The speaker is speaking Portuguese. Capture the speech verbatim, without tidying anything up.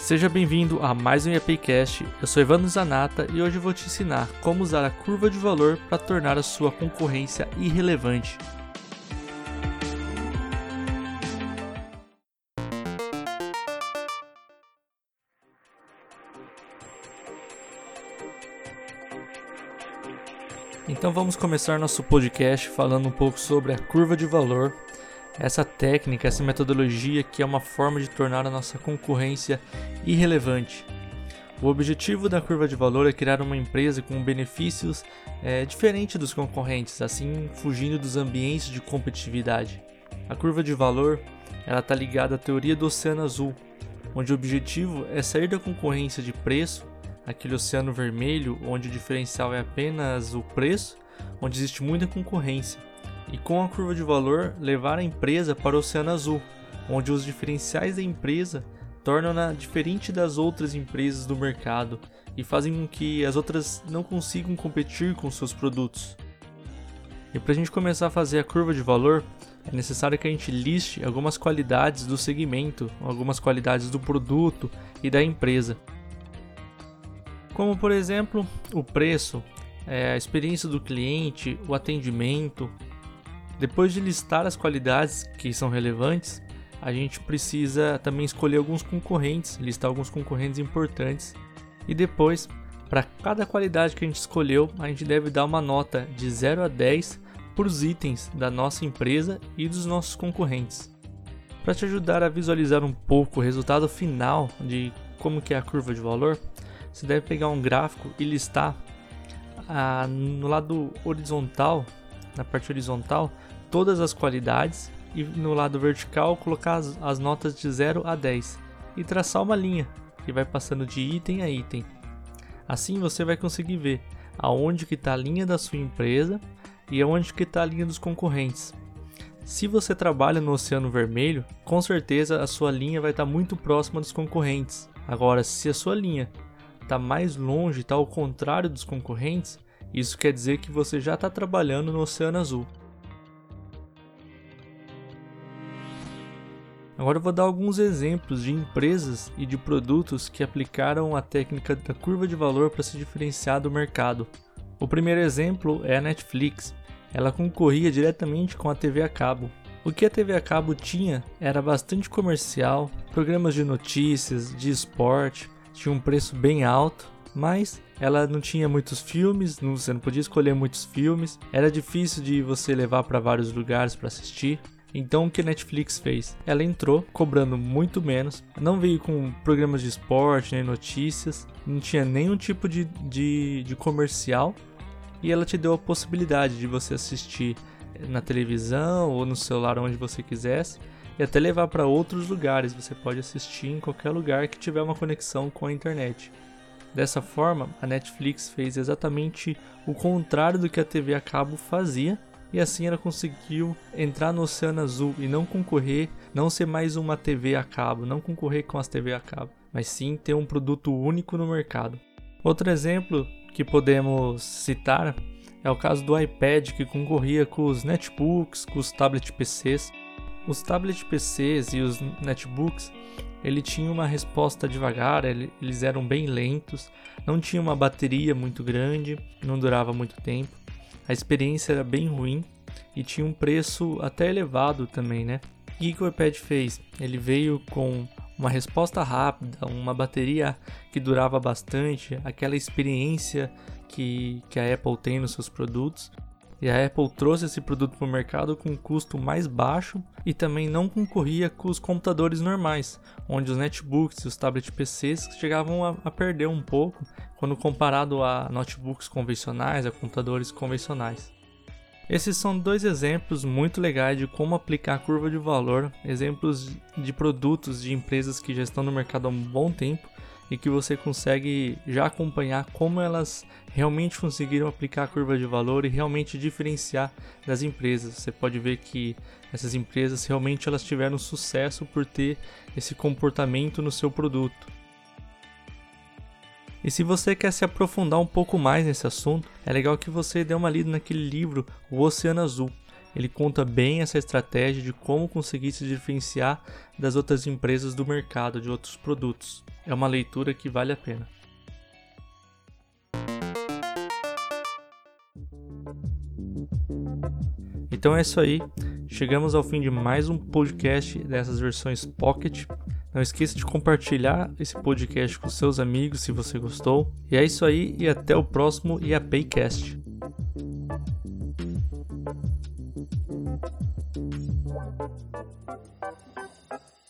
Seja bem-vindo a mais um IAPcast. Eu sou Evandro Zanata e hoje vou te ensinar como usar a curva de valor para tornar a sua concorrência irrelevante. Então vamos começar nosso podcast falando um pouco sobre a curva de valor. Essa técnica, essa metodologia que é uma forma de tornar a nossa concorrência irrelevante. O objetivo da curva de valor é criar uma empresa com benefícios é, diferentes dos concorrentes, assim fugindo dos ambientes de competitividade. A curva de valor está ligada à teoria do oceano azul, onde o objetivo é sair da concorrência de preço, aquele oceano vermelho onde o diferencial é apenas o preço, onde existe muita concorrência. E com a curva de valor, levar a empresa para o oceano azul, onde os diferenciais da empresa tornam-na diferente das outras empresas do mercado e fazem com que as outras não consigam competir com seus produtos. E para a gente começar a fazer a curva de valor, é necessário que a gente liste algumas qualidades do segmento, algumas qualidades do produto e da empresa. Como, por exemplo, o preço, a experiência do cliente, o atendimento. Depois de listar as qualidades que são relevantes, a gente precisa também escolher alguns concorrentes, listar alguns concorrentes importantes. E depois, para cada qualidade que a gente escolheu, a gente deve dar uma nota de zero a dez para os itens da nossa empresa e dos nossos concorrentes. Para te ajudar a visualizar um pouco o resultado final de como que é a curva de valor, você deve pegar um gráfico e listar ah, no lado horizontal, na parte horizontal, todas as qualidades e no lado vertical colocar as, as notas de zero a dez e traçar uma linha que vai passando de item a item. Assim você vai conseguir ver aonde que está a linha da sua empresa e aonde que está a linha dos concorrentes. Se você trabalha no Oceano Vermelho, com certeza a sua linha vai estar muito próxima dos concorrentes. Agora, se a sua linha está mais longe, está ao contrário dos concorrentes, isso quer dizer que você já está trabalhando no Oceano Azul. Agora eu vou dar alguns exemplos de empresas e de produtos que aplicaram a técnica da curva de valor para se diferenciar do mercado. O primeiro exemplo é a Netflix. Ela concorria diretamente com a T V a cabo. O que a T V a cabo tinha era bastante comercial, programas de notícias, de esporte, tinha um preço bem alto, mas ela não tinha muitos filmes, não, você não podia escolher muitos filmes, era difícil de você levar para vários lugares para assistir. Então o que a Netflix fez? Ela entrou cobrando muito menos, não veio com programas de esporte nem notícias, não tinha nenhum tipo de, de, de comercial e ela te deu a possibilidade de você assistir na televisão ou no celular onde você quisesse e até levar para outros lugares. Você pode assistir em qualquer lugar que tiver uma conexão com a internet. Dessa forma, a Netflix fez exatamente o contrário do que a T V a cabo fazia e assim ela conseguiu entrar no Oceano Azul e não concorrer, não ser mais uma T V a cabo, não concorrer com as T V a cabo, mas sim ter um produto único no mercado. Outro exemplo que podemos citar é o caso do iPad, que concorria com os netbooks, com os tablet P Cs. Os tablet P Cs e os netbooks, ele tinha uma resposta devagar, eles eram bem lentos, não tinha uma bateria muito grande, não durava muito tempo. A experiência era bem ruim e tinha um preço até elevado também, né? O que o iPad fez? Ele veio com uma resposta rápida, uma bateria que durava bastante, aquela experiência que, que a Apple tem nos seus produtos. E a Apple trouxe esse produto para o mercado com um custo mais baixo e também não concorria com os computadores normais, onde os netbooks e os tablet P Cs chegavam a, a perder um pouco quando comparado a notebooks convencionais, a computadores convencionais. Esses são dois exemplos muito legais de como aplicar a curva de valor, exemplos de produtos de empresas que já estão no mercado há um bom tempo e que você consegue já acompanhar como elas realmente conseguiram aplicar a curva de valor e realmente diferenciar das empresas. Você pode ver que essas empresas realmente elas tiveram sucesso por ter esse comportamento no seu produto. E se você quer se aprofundar um pouco mais nesse assunto, é legal que você dê uma lida naquele livro, O Oceano Azul. ele conta bem essa estratégia de como conseguir se diferenciar das outras empresas do mercado, de outros produtos. É uma leitura que vale a pena. Então é isso aí, chegamos ao fim de mais um podcast dessas versões Pocket. Não esqueça de compartilhar esse podcast com seus amigos se você gostou. E é isso aí, e até o próximo IAPaycast.